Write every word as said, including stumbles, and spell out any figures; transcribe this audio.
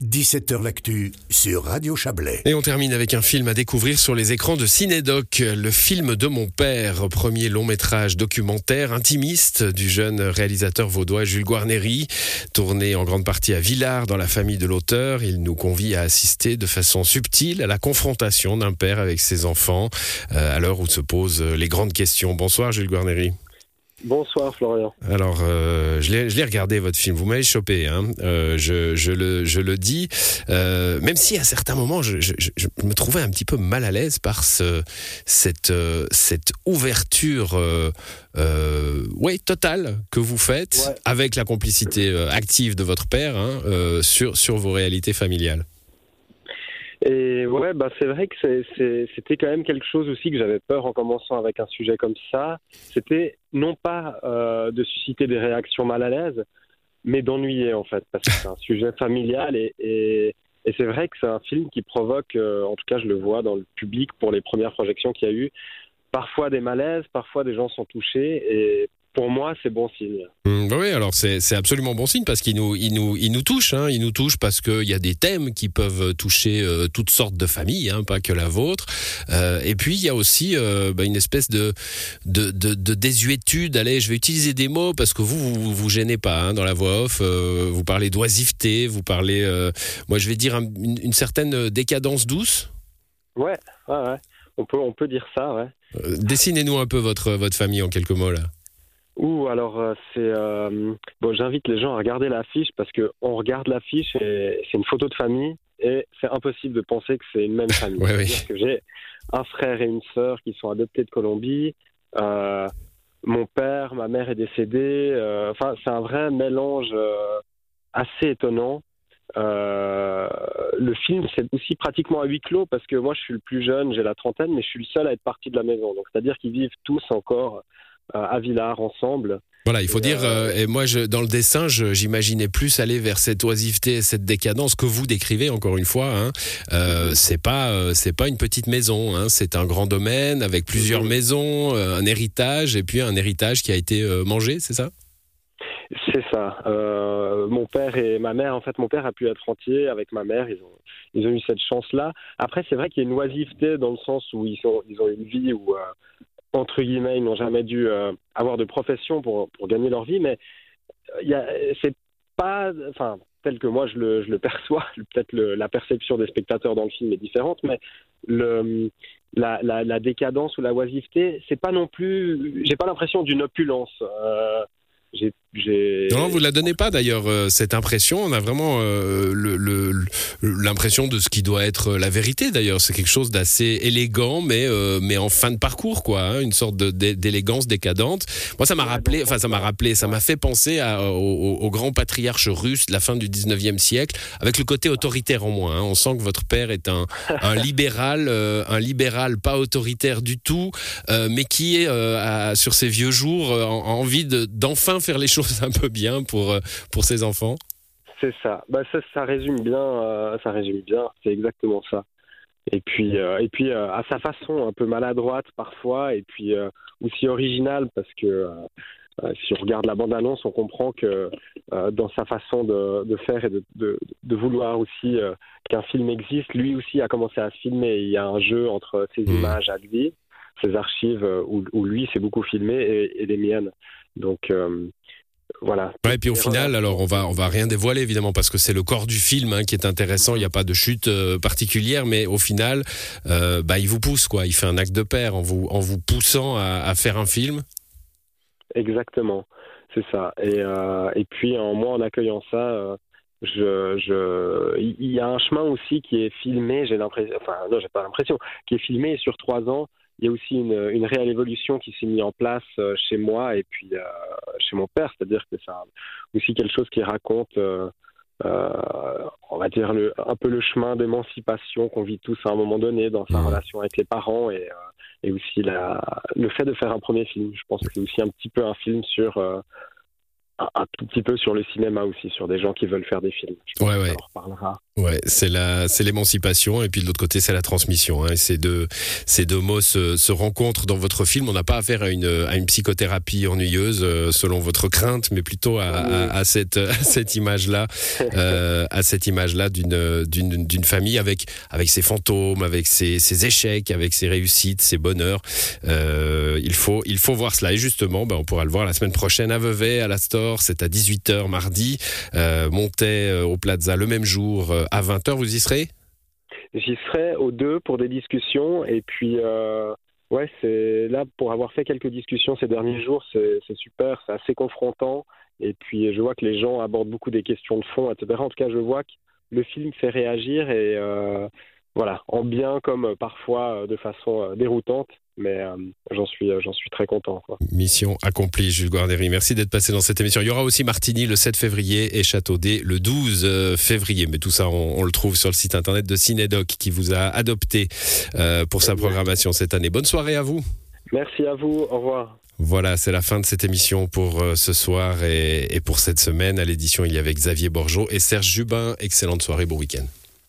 dix-sept heures l'actu sur Radio Chablais. Et on termine avec un film à découvrir sur les écrans de Cinédoc, le film de mon père, premier long métrage documentaire intimiste du jeune réalisateur vaudois Jules Guarneri, tourné en grande partie à Villars dans la famille de l'auteur. Il nous convie à assister de façon subtile à la confrontation d'un père avec ses enfants, euh, à l'heure où se posent les grandes questions. Bonsoir Jules Guarneri. Bonsoir Florian. Alors, euh, je, l'ai, je l'ai regardé votre film, vous m'avez chopé, hein. euh, je, je, le, je le dis, euh, même si à certains moments je, je, je me trouvais un petit peu mal à l'aise par ce, cette, euh, cette ouverture euh, euh, ouais, totale que vous faites, ouais. avec la complicité euh, active de votre père, hein, euh, sur, sur vos réalités familiales. Et ouais, bah c'est vrai que c'est, c'est, c'était quand même quelque chose aussi que j'avais peur en commençant avec un sujet comme ça. C'était non pas euh, de susciter des réactions mal à l'aise, mais d'ennuyer en fait, parce que c'est un sujet familial et, et, et c'est vrai que c'est un film qui provoque, euh, en tout cas je le vois dans le public pour les premières projections qu'il y a eu, parfois des malaises, parfois des gens sont touchés et pour moi, c'est bon signe. Mmh, oui, alors c'est, c'est absolument bon signe parce qu'il nous, il nous, il nous touche. Hein, il nous touche parce qu'il y a des thèmes qui peuvent toucher euh, toutes sortes de familles, hein, pas que la vôtre. Euh, et puis, il y a aussi euh, bah, une espèce de, de, de, de désuétude. Allez, je vais utiliser des mots parce que vous, vous vous gênez pas hein, dans la voix off. Euh, vous parlez d'oisiveté, vous parlez, euh, moi je vais dire un, une, une certaine décadence douce. Ouais, ouais, ouais. On peut, on peut dire ça, ouais. Euh, dessinez-nous un peu votre, votre famille en quelques mots, là. Ouh, alors euh, c'est euh, bon. J'invite les gens à regarder l'affiche parce que on regarde l'affiche et c'est une photo de famille et c'est impossible de penser que c'est une même famille. ouais, C'est-à-dire oui. que j'ai un frère et une sœur qui sont adoptés de Colombie. Euh, mon père, ma mère est décédée. Euh, enfin, c'est un vrai mélange euh, assez étonnant. Euh, le film, c'est aussi pratiquement à huis clos parce que moi, je suis le plus jeune, j'ai la trentaine, mais je suis le seul à être parti de la maison. Donc, c'est-à-dire qu'ils vivent tous encore à Villars ensemble. Voilà, il faut et dire, euh... euh, et moi je, dans le dessin, je, j'imaginais plus aller vers cette oisiveté et cette décadence que vous décrivez encore une fois. Hein. Euh, c'est pas, euh, c'est pas une petite maison, hein. C'est un grand domaine avec plusieurs mmh. maisons, euh, un héritage et puis un héritage qui a été euh, mangé, c'est ça ? C'est ça. Euh, mon père et ma mère, en fait, mon père a pu être entier avec ma mère. Ils ont, ils ont eu cette chance-là. Après, c'est vrai qu'il y a une oisiveté dans le sens où ils sont, ils ont une vie où euh, entre guillemets, ils n'ont jamais dû euh, avoir de profession pour, pour gagner leur vie, mais il y a, c'est pas, enfin, tel que moi je le, je le perçois, peut-être le, la perception des spectateurs dans le film est différente, mais le, la, la, la décadence ou la oisiveté, c'est pas non plus, j'ai pas l'impression d'une opulence. Euh, j'ai, j'ai... Non, vous ne la donnez pas d'ailleurs, euh, cette impression. On a vraiment euh, le, le, le, l'impression de ce qui doit être la vérité d'ailleurs. C'est quelque chose d'assez élégant, mais, euh, mais en fin de parcours, quoi. Hein, une sorte de, d'élégance décadente. Moi, ça m'a rappelé, enfin, ça m'a rappelé, ça m'a fait penser à, au, au grand patriarche russe de la fin du dix-neuvième siècle, avec le côté autoritaire en moins. Hein. On sent que votre père est un, un libéral, euh, un libéral pas autoritaire du tout, euh, mais qui, euh, a, sur ses vieux jours, euh, a envie de, d'enfin faire les choses un peu bien pour, pour ses enfants. C'est ça. Bah, ça, ça résume bien, euh, ça résume bien, c'est exactement ça. Et puis, euh, et puis euh, à sa façon, un peu maladroite parfois, et puis euh, aussi originale, parce que euh, si on regarde la bande-annonce, on comprend que euh, dans sa façon de, de faire et de, de, de vouloir aussi euh, qu'un film existe, lui aussi a commencé à se filmer. Il y a un jeu entre ses mmh. images à lui, ses archives, où, où lui s'est beaucoup filmé, et, et les miennes. Donc euh, voilà. Ouais, et puis au final, alors on va on va rien dévoiler évidemment parce que c'est le corps du film hein, qui est intéressant. Il n'y a pas de chute euh, particulière, mais au final, euh, bah il vous pousse quoi. Il fait un acte de père en vous en vous poussant à, à faire un film. Exactement, c'est ça. Et euh, et puis en moi en accueillant ça, euh, je je il y a un chemin aussi qui est filmé. J'ai l'impression, enfin non, j'ai pas l'impression, qui est filmé sur trois ans. Il y a aussi une, une réelle évolution qui s'est mise en place euh, chez moi et puis euh, chez mon père, c'est-à-dire que c'est aussi quelque chose qui raconte, euh, euh, on va dire, le, un peu le chemin d'émancipation qu'on vit tous à un moment donné dans sa mmh. relation avec les parents et, euh, et aussi la, le fait de faire un premier film. Je pense que c'est aussi un petit peu un film sur... Euh, un, un tout petit peu sur le cinéma aussi, sur des gens qui veulent faire des films. Je pense ouais, ouais. qu'on en reparlera. Ouais, c'est la, c'est l'émancipation et puis de l'autre côté c'est la transmission. Hein, et ces deux, ces deux mots se, se rencontrent dans votre film. On n'a pas affaire à une, à une psychothérapie ennuyeuse euh, selon votre crainte, mais plutôt à, à, à cette, à cette image-là, euh, à cette image-là d'une, d'une, d'une famille avec, avec ses fantômes, avec ses, ses échecs, avec ses réussites, ses bonheurs. Euh, il faut, il faut voir cela. Et justement, ben, on pourra le voir la semaine prochaine à Vevey, à la Store. C'est à dix-huit heures mardi. Euh, Montais euh, au Plaza le même jour. Euh, À vingt heures, vous y serez ? J'y serai aux deux pour des discussions. Et puis, euh, ouais, c'est là, pour avoir fait quelques discussions ces derniers jours, c'est, c'est super, c'est assez confrontant. Et puis, je vois que les gens abordent beaucoup des questions de fond, et cetera. En tout cas, je vois que le film fait réagir et euh, voilà, en bien comme parfois de façon déroutante. Mais euh, j'en suis, j'en suis très content, quoi. Mission accomplie, Jules Guarneri. Merci d'être passé dans cette émission. Il y aura aussi Martigny le sept février et Châteaudet le douze février. Mais tout ça, on, on le trouve sur le site internet de Cinédoc qui vous a adopté euh, pour sa programmation cette année. Bonne soirée à vous. Merci à vous. Au revoir. Voilà, c'est la fin de cette émission pour euh, ce soir et, et pour cette semaine. À l'édition, il y avait Xavier Borgeot et Serge Jubin. Excellente soirée, bon week-end.